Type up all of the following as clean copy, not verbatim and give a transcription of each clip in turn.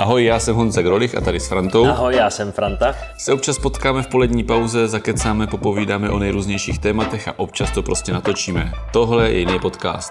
Ahoj, já jsem Honza Grolich a tady s Frantou. Ahoj, já jsem Franta. Se občas potkáme v polední pauze, zakecáme, popovídáme o nejrůznějších tématech a občas to prostě natočíme. Tohle je jiný podcast.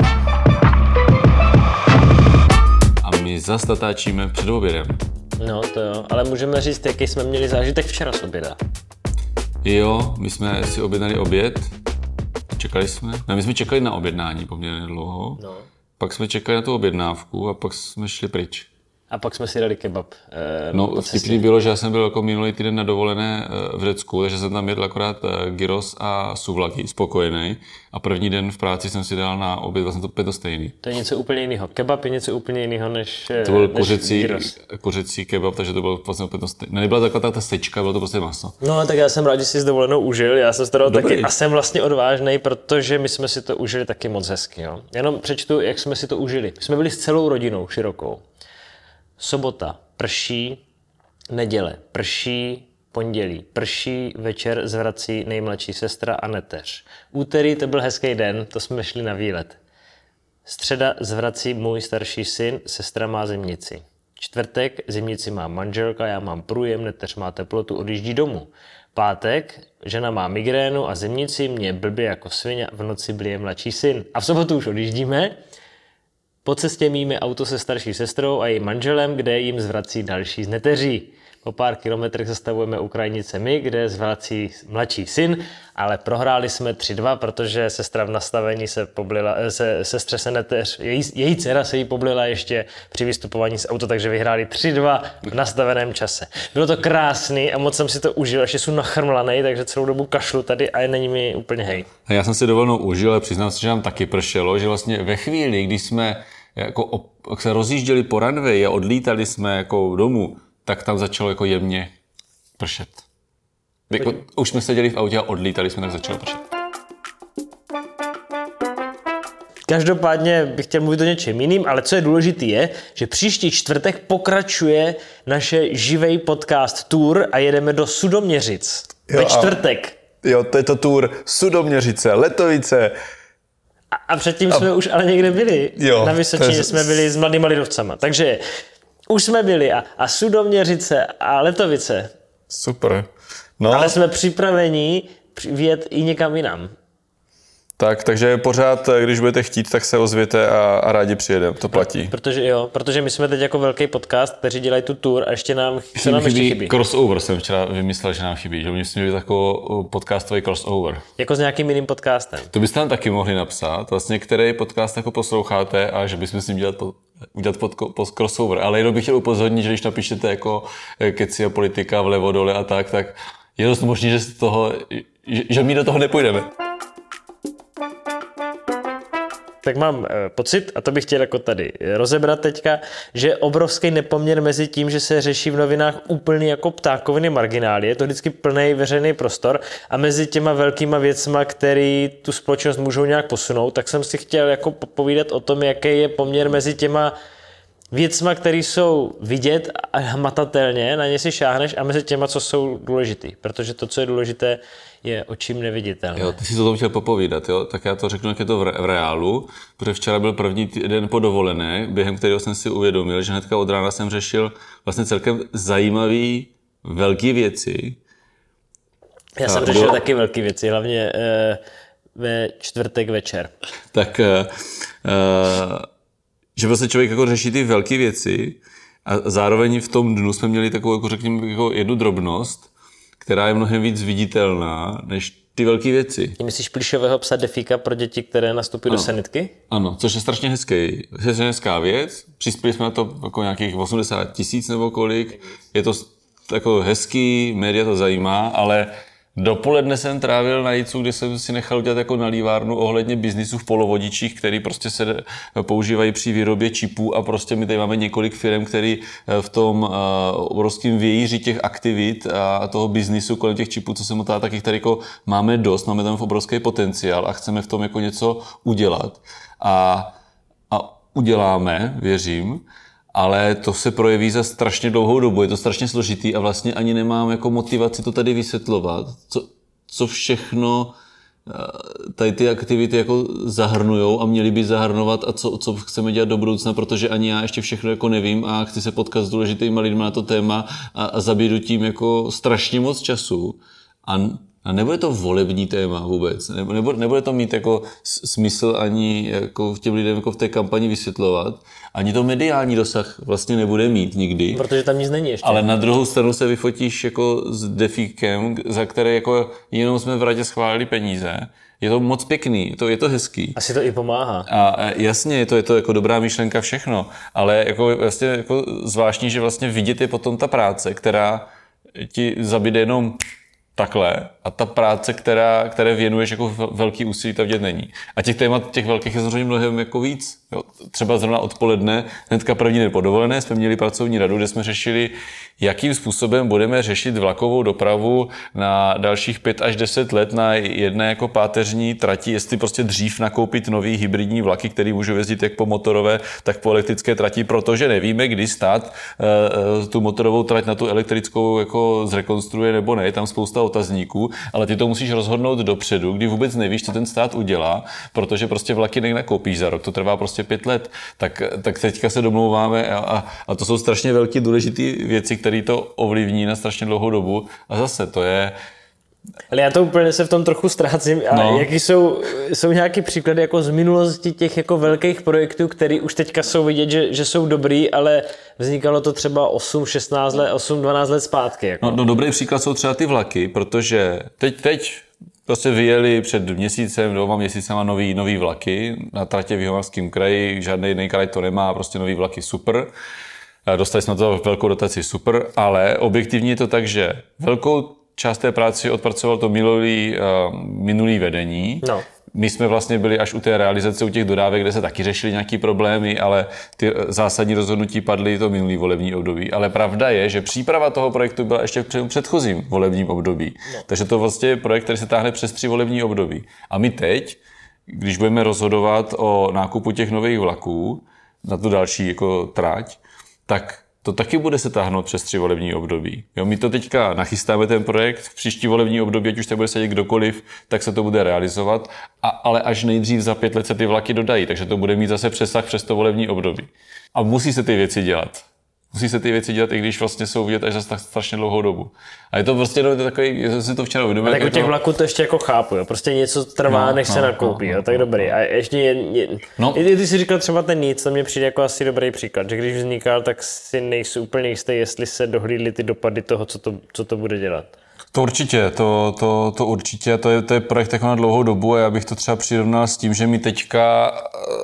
A my zas natáčíme před obědem. No to jo, ale můžeme říct, jaký jsme měli zážitek včera z oběda. Jo, my jsme si objednali oběd. Čekali jsme? Ne, my jsme čekali na objednání poměrně dlouho. No. Pak jsme čekali na tu objednávku a pak jsme šli pryč. A pak jsme si dali kebab. No, vtipný bylo, že já jsem byl jako minulý týden na dovolené v Řecku, takže jsem tam jedl akorát gyros a souvlaki, spokojený. A první den v práci jsem si dal na oběd vlastně to stejný. To je něco úplně jiného. Kebab je něco úplně jiného než to byl gyros. Kuřecí kebab, takže to bylo vlastně úplně stejný. Nebyla taková ta stečka, bylo to prostě maso. No, tak já jsem rád, že jsi s dovolenou užil. Já jsem to taky a jsem vlastně odvážnej, protože my jsme si to užili taky moc hezky. Jo? Jenom přečtu, jak jsme si to užili. My jsme byli s celou rodinou širokou. Sobota prší, neděle prší, pondělí prší, večer zvrací nejmladší sestra a neteř. Úterý to byl hezký den, to jsme šli na výlet. Středa zvrací můj starší syn, sestra má zimnici. Čtvrtek zimnici má manželka, já mám průjem, neteř má teplotu, odjíždí domů. Pátek žena má migrénu a zimnici, mě blbě jako svině, v noci blije mladší syn. A v sobotu už odjíždíme. Po cestě míme auto se starší sestrou a jejím manželem, kde jim zvrací další z neteří. Po pár kilometrech zastavujeme u krajnice my, kde zvrací mladší syn, ale prohráli jsme 3-2, protože sestra v nastavení se poblila, sestře se neteř, její dcera se jí poblila ještě při vystupování z auta, takže vyhráli 3-2 v nastaveném čase. Bylo to krásný a moc jsem si to užil, ještě jsem nachrmlanej, takže celou dobu kašlu tady a není mi úplně hej. A já jsem si dovolenou užil, ale přiznám se, že nám taky pršelo, že vlastně ve chvíli, když jsme jako se rozjížděli po runway a odlítali jsme jako domů, tak tam začalo jako jemně pršet. Jako, už jsme seděli v autě a odlítali jsme, tak začalo pršet. Každopádně bych chtěl mluvit o něčem jiným, ale co je důležité je, že příští čtvrtek pokračuje naše živej podcast tour a jedeme do Sudoměřic. Ve čtvrtek. Jo, to je to tour Sudoměřice, Letovice. A předtím jsme už ale někde byli. Jo, na Vysočině jsme byli s mladýma lidovcama. Takže už jsme byli a Sudoměřice a Letovice. Super. No. Ale jsme připraveni vyjet i někam jinam. Takže pořád, když budete chtít, tak se ozvěte a rádi přijedeme. To platí. Protože my jsme teď jako velký podcast, kteří dělají tu tour a ještě nám chybí. Crossover jsem včera vymyslel, že nám chybí. Že my jsme měli takový podcastový crossover. Jako s nějakým jiným podcastem. To byste nám taky mohli napsat, vlastně který podcast jako posloucháte a že bychom s ním udělat crossover. Ale jenom bych chtěl upozornit, že když napíšete jako keci a politika vlevo dole a tak je dost možný, že my do toho nepůjdeme. Tak mám pocit, a to bych chtěl jako tady rozebrat teďka, že je obrovský nepoměr mezi tím, že se řeší v novinách úplně jako ptákoviny marginálie, je to vždycky plný veřejný prostor a mezi těma velkýma věcma, které tu společnost můžou nějak posunout, tak jsem si chtěl jako povídat o tom, jaký je poměr mezi těma věcma, které jsou vidět a hmatatelně, na ně si šáhneš a mezi těma, co jsou důležitý. Protože to, co je důležité, je očím neviditelné. Jo, ty jsi to chtěl popovídat, jo? Tak já to řeknu, jak je to v reálu, protože včera byl první den po dovolené, během kterého jsem si uvědomil, že hnedka od rána jsem řešil vlastně celkem zajímavý velký věci. Já jsem řešil taky velký věci, hlavně ve čtvrtek večer. Tak že vlastně člověk jako řeší ty velké věci a zároveň v tom dnu jsme měli takovou, jako řekněme, jako jednu drobnost, která je mnohem víc viditelná než ty velké věci. Ty myslíš plíšového psa Defíka pro děti, které nastupují do sanitky? Ano, což je strašně hezká věc. Přispěli jsme na to jako nějakých 80 000 nebo kolik. Je to jako hezký, média to zajímá, ale dopoledne jsem trávil na Jicu, kde jsem si nechal udělat jako nalívárnu ohledně biznisu v polovodičích, který prostě se používají při výrobě čipů a prostě my tady máme několik firm, který v tom obrovském vějíři těch aktivit a toho biznisu kolem těch čipů, co se motá, tak jich tady jako máme dost, máme tam obrovský potenciál a chceme v tom jako něco udělat. A uděláme, věřím, ale to se projeví za strašně dlouhou dobu, je to strašně složitý a vlastně ani nemám jako motivaci to tady vysvětlovat, co všechno tady ty aktivity jako zahrnujou a měly by zahrnovat a co chceme dělat do budoucna, protože ani já ještě všechno jako nevím a chci se potkat s důležitýma lidma na to téma a zabídu tím jako strašně moc času a nebude to volební téma vůbec, nebude to mít jako smysl ani jako těm lidem jako v té kampani vysvětlovat, ani to mediální dosah vlastně nebude mít nikdy. Protože tam nic není ještě. Ale na druhou stranu se vyfotíš jako s defíkem, za které jako jenom jsme v radě schválili peníze. Je to moc pěkný, je to hezký. Asi to i pomáhá. A jasně, je to jako dobrá myšlenka všechno, ale jako vlastně jako zvláštní, že vlastně vidět je potom ta práce, která ti zabíde jenom takhle a ta práce, které věnuješ jako velký úsilí, ta vidět není. A těch témat, těch velkých je samozřejmě mnohem jako víc. Jo, třeba zrovna odpoledne, hnedka první den po dovolené, jsme měli pracovní radu, kde jsme řešili, jakým způsobem budeme řešit vlakovou dopravu na dalších 5 až 10 let na jedné jako páteřní trati, jestli prostě dřív nakoupit nový hybridní vlaky, který můžou jezdit jak po motorové, tak po elektrické trati, protože nevíme, kdy stát tu motorovou trať na tu elektrickou jako zrekonstruuje nebo ne, je tam spousta otazníků, ale ty to musíš rozhodnout dopředu, kdy vůbec nevíš, co ten stát udělá, protože prostě vlaky nenakoupíš za rok, to trvá prostě 5 let, tak teďka se domlouváme a to jsou strašně velké důležité věci, které to ovlivní na strašně dlouhou dobu a zase to je... Ale já to úplně se v tom trochu ztrácím. A jaký jsou nějaké příklady jako z minulosti těch jako velkých projektů, které už teďka jsou vidět, že jsou dobrý, ale vznikalo to třeba 8-12 let zpátky. Jako. No dobrý příklad jsou třeba ty vlaky, protože teď prostě vyjeli před měsícem, 2 měsícema nový vlaky na tratě v Jihomoravském kraji, žádný jiný kraj to nemá, prostě nový vlaky super. Dostali jsme to velkou dotaci super, ale objektivně je to tak, že velkou část té práce odpracoval to minulý vedení. No. My jsme vlastně byli až u té realizace, u těch dodávek, kde se taky řešily nějaký problémy, ale ty zásadní rozhodnutí padly to minulý volební období. Ale pravda je, že příprava toho projektu byla ještě v předchozím volebním období. No. Takže to vlastně je projekt, který se táhne přes 3 volební období. A my teď, když budeme rozhodovat o nákupu těch nových vlaků na tu další jako trať, tak to taky bude se táhnout přes 3 volební období. Jo, my to teďka nachystáme ten projekt, v příští volební období, ať už se bude sedět kdokoliv, tak se to bude realizovat, ale až nejdřív za 5 let se ty vlaky dodají, takže to bude mít zase přesah přes to volební období. A musí se ty věci dělat. Musí se ty věci dělat, i když vlastně jsou vidět až za tak strašně dlouhou dobu. A je to prostě takový, já si to včera uvědomil. Tak u těch vlaků to ještě jako chápu, jo. Prostě něco trvá, než se nakoupí, jo. Tak dobrý. A ještě ty jsi říkal třeba ten nic, to mě přijde jako asi dobrý příklad, že když vznikal, tak si nejsou úplně jistý, jestli se dohlídly ty dopady toho, co to bude dělat. To určitě, to určitě, to je projekt jako na dlouhou dobu a já bych to třeba přirovnal s tím, že mi teďka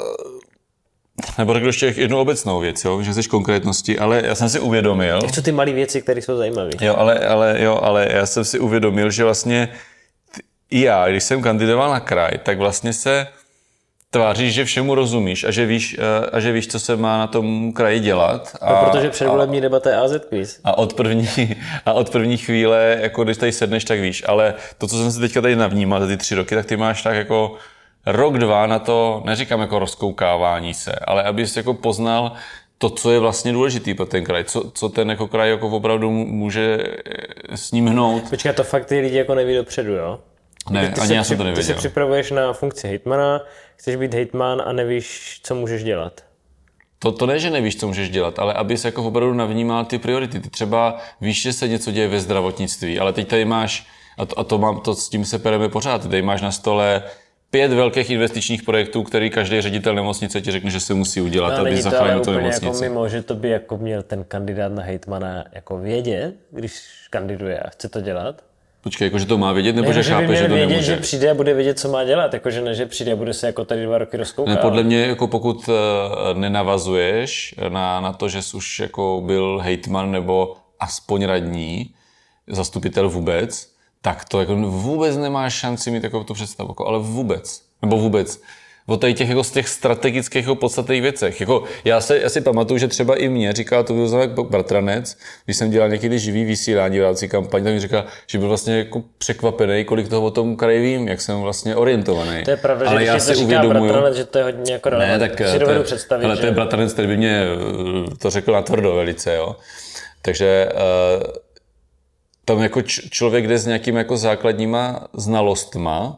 nebo řekl ještě jednu obecnou věc, jo, že jsi konkrétnosti, ale já jsem si uvědomil... Tak co ty malé věci, které jsou zajímavé. Jo, ale já jsem si uvědomil, že vlastně i já, když jsem kandidoval na kraj, tak vlastně se tváříš, že všemu rozumíš a že víš, co se má na tom kraji dělat. Protože předvolební debata je AZ quiz. A od první chvíle, jako když tady sedneš, tak víš. Ale to, co jsem si teďka tady navnímal za ty 3 roky, tak ty máš tak jako rok, 2 na to, neříkám jako rozkoukávání se, ale abys jako poznal to, co je vlastně důležitý pro ten kraj, co ten jako kraj jako opravdu může s ním hnout. Počkej, to fakt ty lidi jako neví dopředu, jo? Ne, ani já jsem to nevěděl. Ty se připravuješ na funkci hejtmana, chceš být hejtman a nevíš, co můžeš dělat. To ne, že nevíš, co můžeš dělat, ale abys jako opravdu navnímal ty priority. Ty třeba víš, že se něco děje ve zdravotnictví, ale teď tady máš, to s tím se pereme pořád, tady máš na stole 5 velkých investičních projektů, který každý ředitel nemocnice ti řekne, že se musí udělat, aby zachránil tu nemocnici. Jako mimo, že to by jako měl ten kandidát na hejtmana jako vědět, když kandiduje a chce to dělat. Počkej, jako že to má vědět, nebo že chápe, že to vědět, nemůže? Že přijde a bude vědět, co má dělat, jakože ne, že přijde a bude se jako tady 2 roky rozkoukat. Ne, podle mě, jako pokud nenavazuješ na to, že jsi už jako byl hejtman nebo aspoň radní, zastupitel vůbec, tak to jako vůbec nemáš šanci mít takovou tu představu, jako, ale vůbec. Nebo vůbec. O tady těch, jako z těch strategických jako podstatných věcech. Jako, já si pamatuju, že třeba i mě říkal, to byl jako bratranec, když jsem dělal někdy živý vysílání v rámci kampaně, tak mi říkal, že byl vlastně jako překvapený, kolik toho o tom kraji vím, jak jsem vlastně orientovaný. To je pravda, ale že když to říká bratranec, že to je hodně jako relevantní. Ne, tak si dovedu představit, ale to je bratranec, který by mě to řekl natvrdo velice, jo. Takže tam jako člověk jde s nějakým jako základníma znalostma,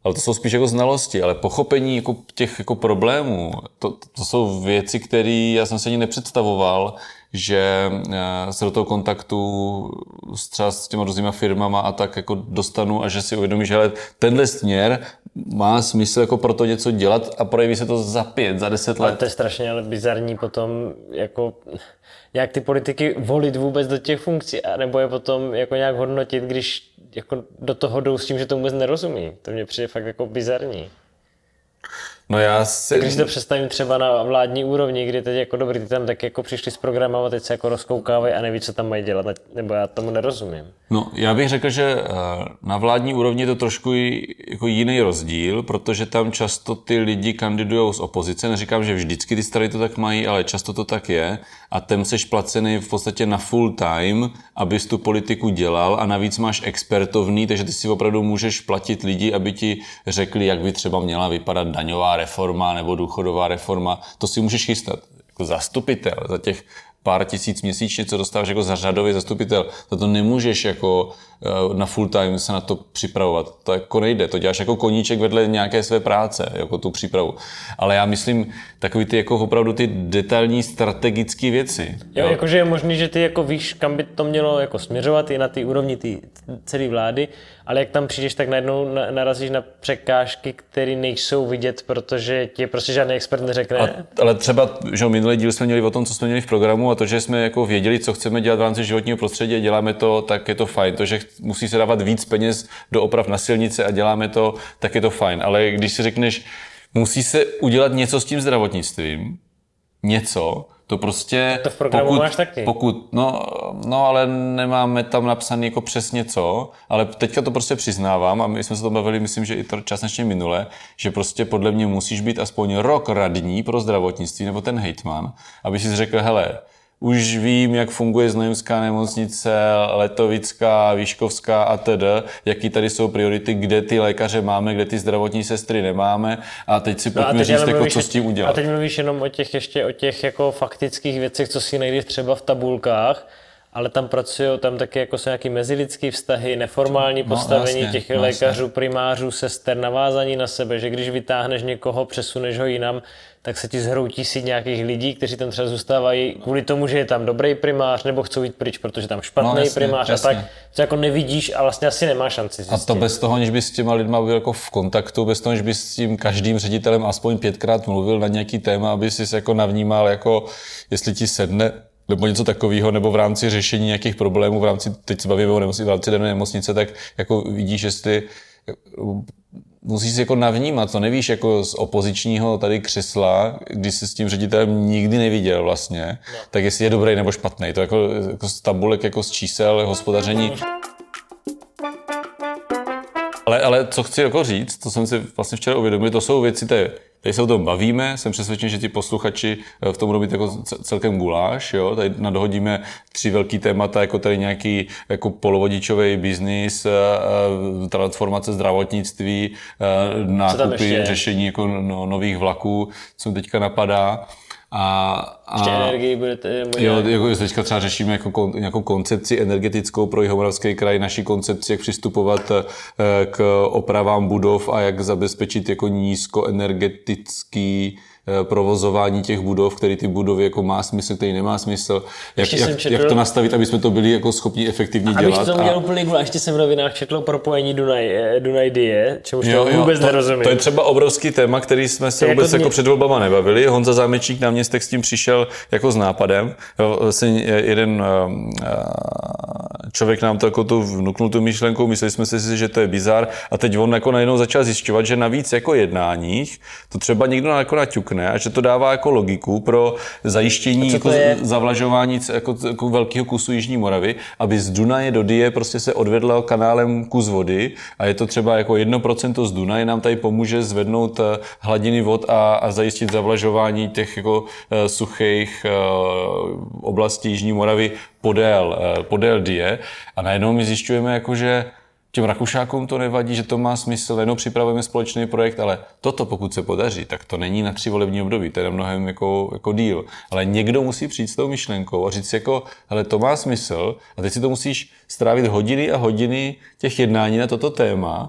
Ale to jsou spíš jako znalosti, ale pochopení jako těch jako problémů, to jsou věci, které já jsem si ani nepředstavoval, že se do toho kontaktu třeba s těma různýma firmama a tak jako dostanu a že si uvědomíš, že hele, tenhle směr má smysl jako pro to něco dělat a projeví se to za 5, za 10 let. Ale to je strašně ale bizarní potom jako nějak ty politiky volit vůbec do těch funkcí, nebo je potom jako nějak hodnotit, když jako do toho jdou s tím, že to vůbec nerozumí. To mě přijde fakt jako bizarní. No Když to představím třeba na vládní úrovni, kdy teď jako dobrý, ty tam tak jako přišli s programem a teď se jako rozkoukávají a neví, co tam mají dělat, nebo já tomu nerozumím. No, já bych řekl, že na vládní úrovni je to trošku jako jiný rozdíl, protože tam často ty lidi kandidujou z opozice. Neříkám, že vždycky ty strany to tak mají, ale často to tak je. A tem seš placený v podstatě na full time, abys tu politiku dělal a navíc máš expertovný, takže ty si opravdu můžeš platit lidi, aby ti řekli, jak by třeba měla vypadat daňová reforma nebo důchodová reforma. To si můžeš chystat jako zastupitel za těch pár tisíc měsíčně, co dostáváš jako za řadový zastupitel. To nemůžeš jako na full time se na to připravovat. To jako nejde. To děláš jako koníček vedle nějaké své práce, jako tu přípravu. Ale já myslím, takový ty jako opravdu ty detailní strategické věci. Jo, jakože je možný, že ty jako víš, kam by to mělo jako směřovat i na té úrovni ty celé vlády, ale jak tam přijdeš, tak najednou narazíš na překážky, které nejsou vidět, protože ti prostě žádný expert neřekne. Ale třeba, že minulý díl jsme měli o tom, co jsme měli v programu a to, že jsme jako věděli, co chceme dělat v rámci životního prostředí a děláme to, tak je to fajn. To, že musí se dávat víc peněz do oprav na silnice a děláme to, tak je to fajn. Ale když si řekneš, musí se udělat něco s tím zdravotnictvím, něco, to prostě... To v programu máš taky. No, ale nemáme tam napsaný jako přesně co, ale teďka to prostě přiznávám a my jsme se to bavili, myslím, že i to částečně minule, že prostě podle mě musíš být aspoň rok radní pro zdravotnictví nebo ten hejtman, aby si řekl, hele, už vím, jak funguje Znojemská nemocnice, Letovická, Výškovská a td., jaký tady jsou priority, kde ty lékaře máme, kde ty zdravotní sestry nemáme a teď si pojďme říct, jako, co s tím udělat. A teď mluvíš jenom o těch jako faktických věcech, co si najdeš třeba v tabulkách, ale tam pracují, tam taky jako jsou nějaký mezilidský vztahy, neformální postavení těch lékařů, primářů, sester, navázání na sebe, že když vytáhneš někoho, přesuneš ho jinam, tak se ti zhroutí si nějakých lidí, kteří tam třeba zůstávají kvůli tomu, že je tam dobrý primář, nebo chcou jít pryč, protože tam špatný primář a tak, co jako nevidíš a vlastně asi nemá šanci zjistit. A to bez toho, než bys s těma lidma byl jako v kontaktu, bez toho, než bys s tím každým ředitelem aspoň 5krát mluvil na nějaký téma, aby si jako navnímal, jako jestli ti sedne nebo něco takového, nebo v rámci řešení nějakých problémů, v rámci, teď se bavíme o nemocnici, v rámci dané nemocnice, tak jako vidíš, jestli musíš si jako navnímat, to nevíš jako z opozičního tady křesla, když jsi s tím ředitelem nikdy neviděl vlastně, tak jestli je dobrý nebo špatný. To jako z tabulek, jako z čísel, hospodaření. Ale co chci jako říct, to jsem si vlastně včera uvědomil, to jsou věci, tady se o tom bavíme, jsem přesvědčen, že ti posluchači v tom budou mít jako celkem guláš, jo? Tady nadohodíme 3 velký témata, jako tady nějaký jako polovodičový biznis, transformace zdravotnictví, nákupy, řešení jako nových vlaků, co mi teďka napadá. Ještě energii budete... Jo, jako teďka třeba řešíme jako nějakou koncepci energetickou pro Jihomoravský kraj, naši koncepci, jak přistupovat k opravám budov a jak zabezpečit jako nízkoenergetický provozování těch budov, který ty budovy jako má smysl, který nemá smysl, jak to nastavit, aby jsme to byli jako schopni efektivně dělat. Abych to udělal úplně gula, ještě jsem v novinách četl o propojení Dunaj-Dyje, čemuž to vůbec nerozumím. To je třeba obrovský téma, který jsme se vůbec jako před volbama nebavili. Honza Zámečník, náměstek, s tím přišel jako s nápadem. Vlastně jeden člověk nám to jako tu vnuknul tu myšlenku, mysleli jsme si, že to je bizar a teď on jako najednou začal zjišťovat, že navíc jako jednáních to třeba někdo jako naťukne a že to dává jako logiku pro zajištění jako zavlažování jako velkého kusu Jižní Moravy, aby z Dunaje do Dyje prostě se odvedla kanálem kus vody a je to třeba jako 1% z Dunaje nám tady pomůže zvednout hladiny vod a zajistit zavlažování těch jako suchých oblastí Jižní Moravy podél Dyje a najednou my zjišťujeme jako, že těm Rakušákům to nevadí, že to má smysl, jenom připravujeme společný projekt, ale toto pokud se podaří, tak to není na 3 volební období, to je mnohem jako díl. Ale někdo musí přijít s tou myšlenkou a říct jako, hele, to má smysl a teď si to musíš strávit hodiny a hodiny těch jednání na toto téma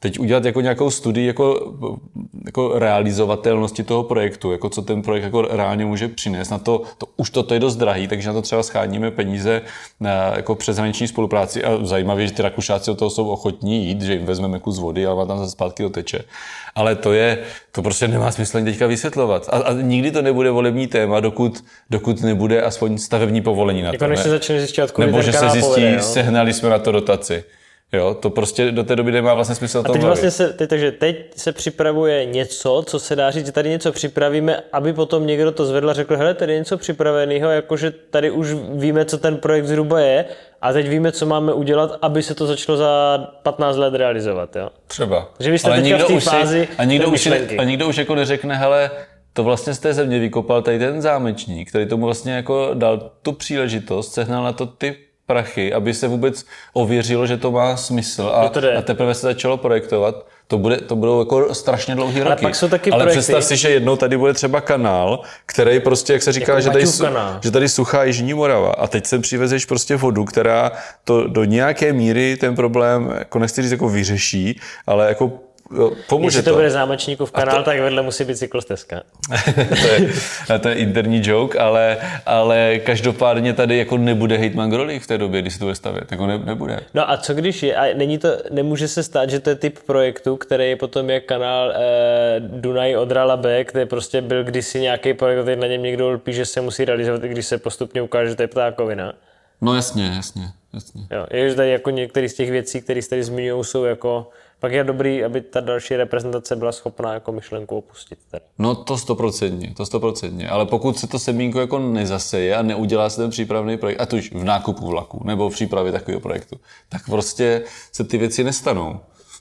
teď udělat jako nějakou studii jako realizovatelnosti toho projektu, jako co ten projekt jako reálně může přinést. Na to už toto je dost drahý, takže na to třeba scháníme peníze na jako přeshraniční spolupráci a zajímavé, že ty Rakušáci od toho jsou ochotní jít, že jim vezmeme kus vody a tam zase zpátky doteče. Ale to prostě nemá smysl ani teďka vysvětlovat. A nikdy to nebude volební téma, dokud nebude aspoň stavební povolení na to. Jako než se začne zjišťovat, nebo že se zjistí, sehnali jsme na to dotaci. Jo, to prostě do té doby nemá vlastně smysl o tom teď vlastně teď se připravuje něco, co se dá říct, že tady něco připravíme, aby potom někdo to zvedl a řekl, hele, tady je něco připraveného, jakože tady už víme, co ten projekt zhruba je a teď víme, co máme udělat, aby se to začalo za 15 let realizovat. Jo? Třeba. Že vy jste teďka v té fázi a nikdo už jako neřekne, hele, to vlastně z té země vykopal tady ten zámečník, který tomu vlastně jako dal tu příležitost, sehnal na to ty prachy, aby se vůbec ověřilo, že to má smysl a teprve se začalo projektovat. To budou jako strašně dlouhý roky. Ale představ si, že jednou tady bude třeba kanál, který prostě, jak se říká, jako že tady suchá Jižní Morava a teď sem přivezeš prostě vodu, která to do nějaké míry ten problém, jako nechci říct, jako vyřeší, ale jako pomůže. Když to bude zámečníkův kanál, tak vedle musí být cyklostezka. to je interní joke, ale každopádně tady jako nebude hejtman Grolich v té době, když se to bude stavět. Jako nebude. No a co když je? A nemůže se stát, že to je typ projektu, který je potom jak kanál Dunaj Odra Labe, kde prostě byl kdysi nějaký projekt, teď na něm někdo lpí, že se musí realizovat, i když se postupně ukáže, že to je ptákovina. No jasně. Jo, je, že tady jako některé z těch věcí, které se tady zmiňují, jsou jako pak je dobrý, aby ta další reprezentace byla schopná jako myšlenku opustit. Tady. No to 100%, ale pokud se to semínko jako nezaseje a neudělá se ten přípravný projekt, a to už v nákupu vlaku nebo v přípravě takového projektu, tak prostě se ty věci nestanou.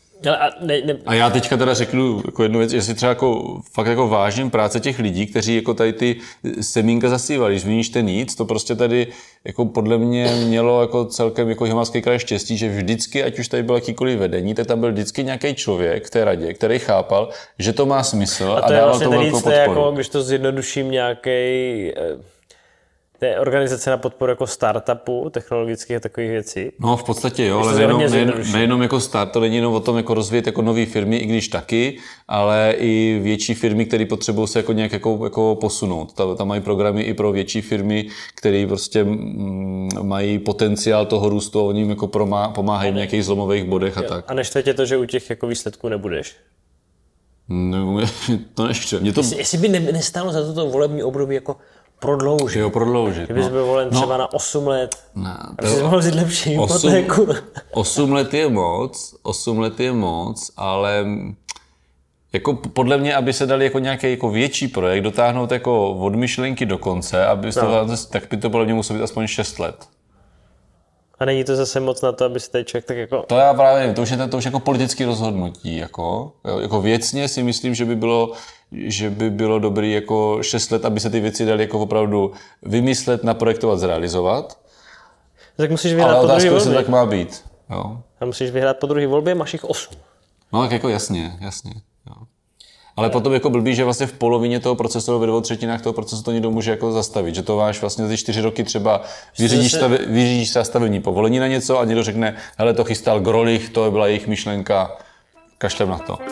A já teďka teda řeknu jako jednu věc, že si třeba jako, fakt jako vážím práce těch lidí, kteří jako tady ty semínka zasívali. Když vidíš ten nic, to prostě tady jako podle mě mělo jako celkem jako Jihomoravský kraj štěstí, že vždycky, ať už tady bylo jakýkoliv vedení, tak tam byl vždycky nějaký člověk v té radě, který chápal, že to má smysl a dával vlastně to velkou podporu. Jako, když to zjednoduším, nějaký to je organizace na podporu jako startupu, technologických a takových věcí. No v podstatě jo, ale nejenom jako start, to není jenom o tom jako rozvíjet jako nové firmy, i když taky, ale i větší firmy, které potřebují se jako nějak jako posunout. Tam mají programy i pro větší firmy, které prostě mají potenciál toho růstu a oni jim jako pomáhají v nějakých zlomových bodech a tak. A neštve tě to, že u těch jako výsledků nebudeš? No, to neštve. Jestli by nestálo za toto volební období jako prodloužit. Kdybys byl volen třeba na 8 let, aby jsi mohl vzít lepší hypotéku. 8 let je moc, ale jako podle mě, aby se dali jako nějaký jako větší projekt dotáhnout jako od myšlenky do konce, tak by to podle mě muselo být aspoň 6 let. A není to zase moc na to, aby se tady člověk tak jako... To já právě nevím, to už jako politické rozhodnutí. Jako věcně si myslím, že by bylo dobrý jako 6 let, aby se ty věci daly jako opravdu vymyslet, naprojektovat, zrealizovat. Tak musíš vyhrát po druhé volbě. Ale tak má být. Jo. A musíš vyhrát po druhé volbě, máš jich 8. No tak jako jasně. Jo. Ale potom jako blbý, že vlastně v polovině toho procesu, ve 2/3 toho procesu to někdo může jako zastavit. Že to máš vlastně za 4 roky třeba vyřídíš třeba stavební povolení na něco a někdo řekne, hele, to chystal Grolich, to byla jejich myšlenka, kašlem na to.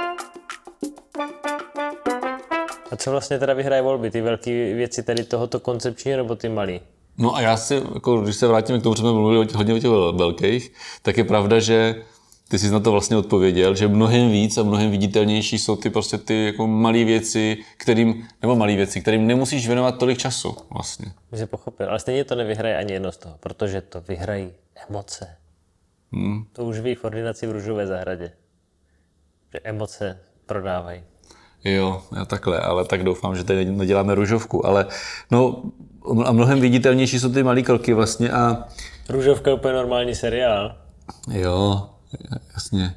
A co vlastně teda vyhraje volby? Ty velké věci tady tohoto koncepčního nebo ty malý? No a já si, jako, když se vrátíme k tomu, co jsme mluvili hodně o těch velkých, tak je pravda, že ty jsi na to vlastně odpověděl, že mnohem víc a mnohem viditelnější jsou ty jako malé věci, kterým nemusíš věnovat tolik času vlastně. My se pochopil, ale stejně to nevyhraje ani jedno z toho, protože to vyhrají emoce. To už ví v ordinaci v Růžové zahradě, že emoce prodávají. Jo, já takhle, ale tak doufám, že tady neděláme růžovku, ale no a mnohem viditelnější jsou ty malé kroky vlastně a... Růžovka je úplně normální seriál. Jo, jasně.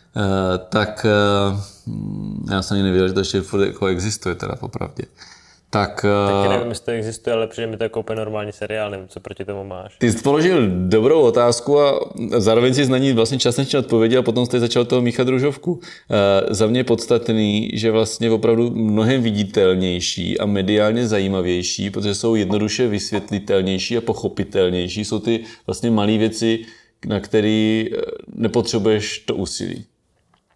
Já jsem ani nevěděl, že to ještě jako existuje teda popravdě. Taky nevím, jestli to existuje, ale přijde mi to jako úplně normální seriál, nevím, co proti tomu máš. Ty jsi položil dobrou otázku a zároveň jsi na ní vlastně částečně odpověděl a potom jsi začal toho míchat růžovku. Za mě je podstatný, že vlastně opravdu mnohem viditelnější a mediálně zajímavější, protože jsou jednoduše vysvětlitelnější a pochopitelnější, jsou ty vlastně malé věci, na které nepotřebuješ to úsilí.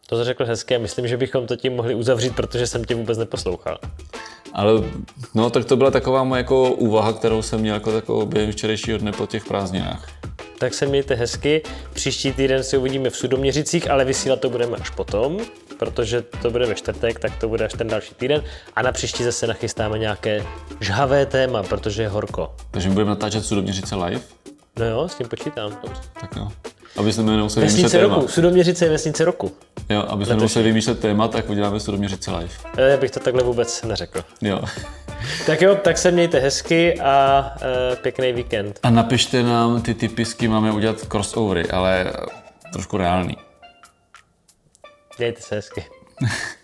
To jsi řekl hezké, myslím, že bychom to tím mohli uzavřít, protože jsem tě vůbec neposlouchal. Ale no, tak to byla taková moje jako úvaha, kterou jsem měl jako během včerejšího dne po těch prázdninách. Tak se mějte hezky. Příští týden si uvidíme v Sudoměřicích, ale vysílat to budeme až potom, protože to bude ve čtvrtek, tak to bude až ten další týden. A na příští zase nachystáme nějaké žhavé téma, protože je horko. Takže budeme natáčet Sudoměřice live? No jo, s tím počítám. Tak jo. Aby jsme nemuseli vymýšlet Vesnice téma. roku. Sudoměřice je vesnice roku. Jo, aby jsme nemuseli vymýšlet téma, tak uděláme Sudoměřice live. Já bych to takhle vůbec neřekl. Jo. Tak jo, tak se mějte hezky a pěkný víkend. A napište nám ty tipy, s kým máme udělat crossovery, ale trošku reálný. Mějte se hezky.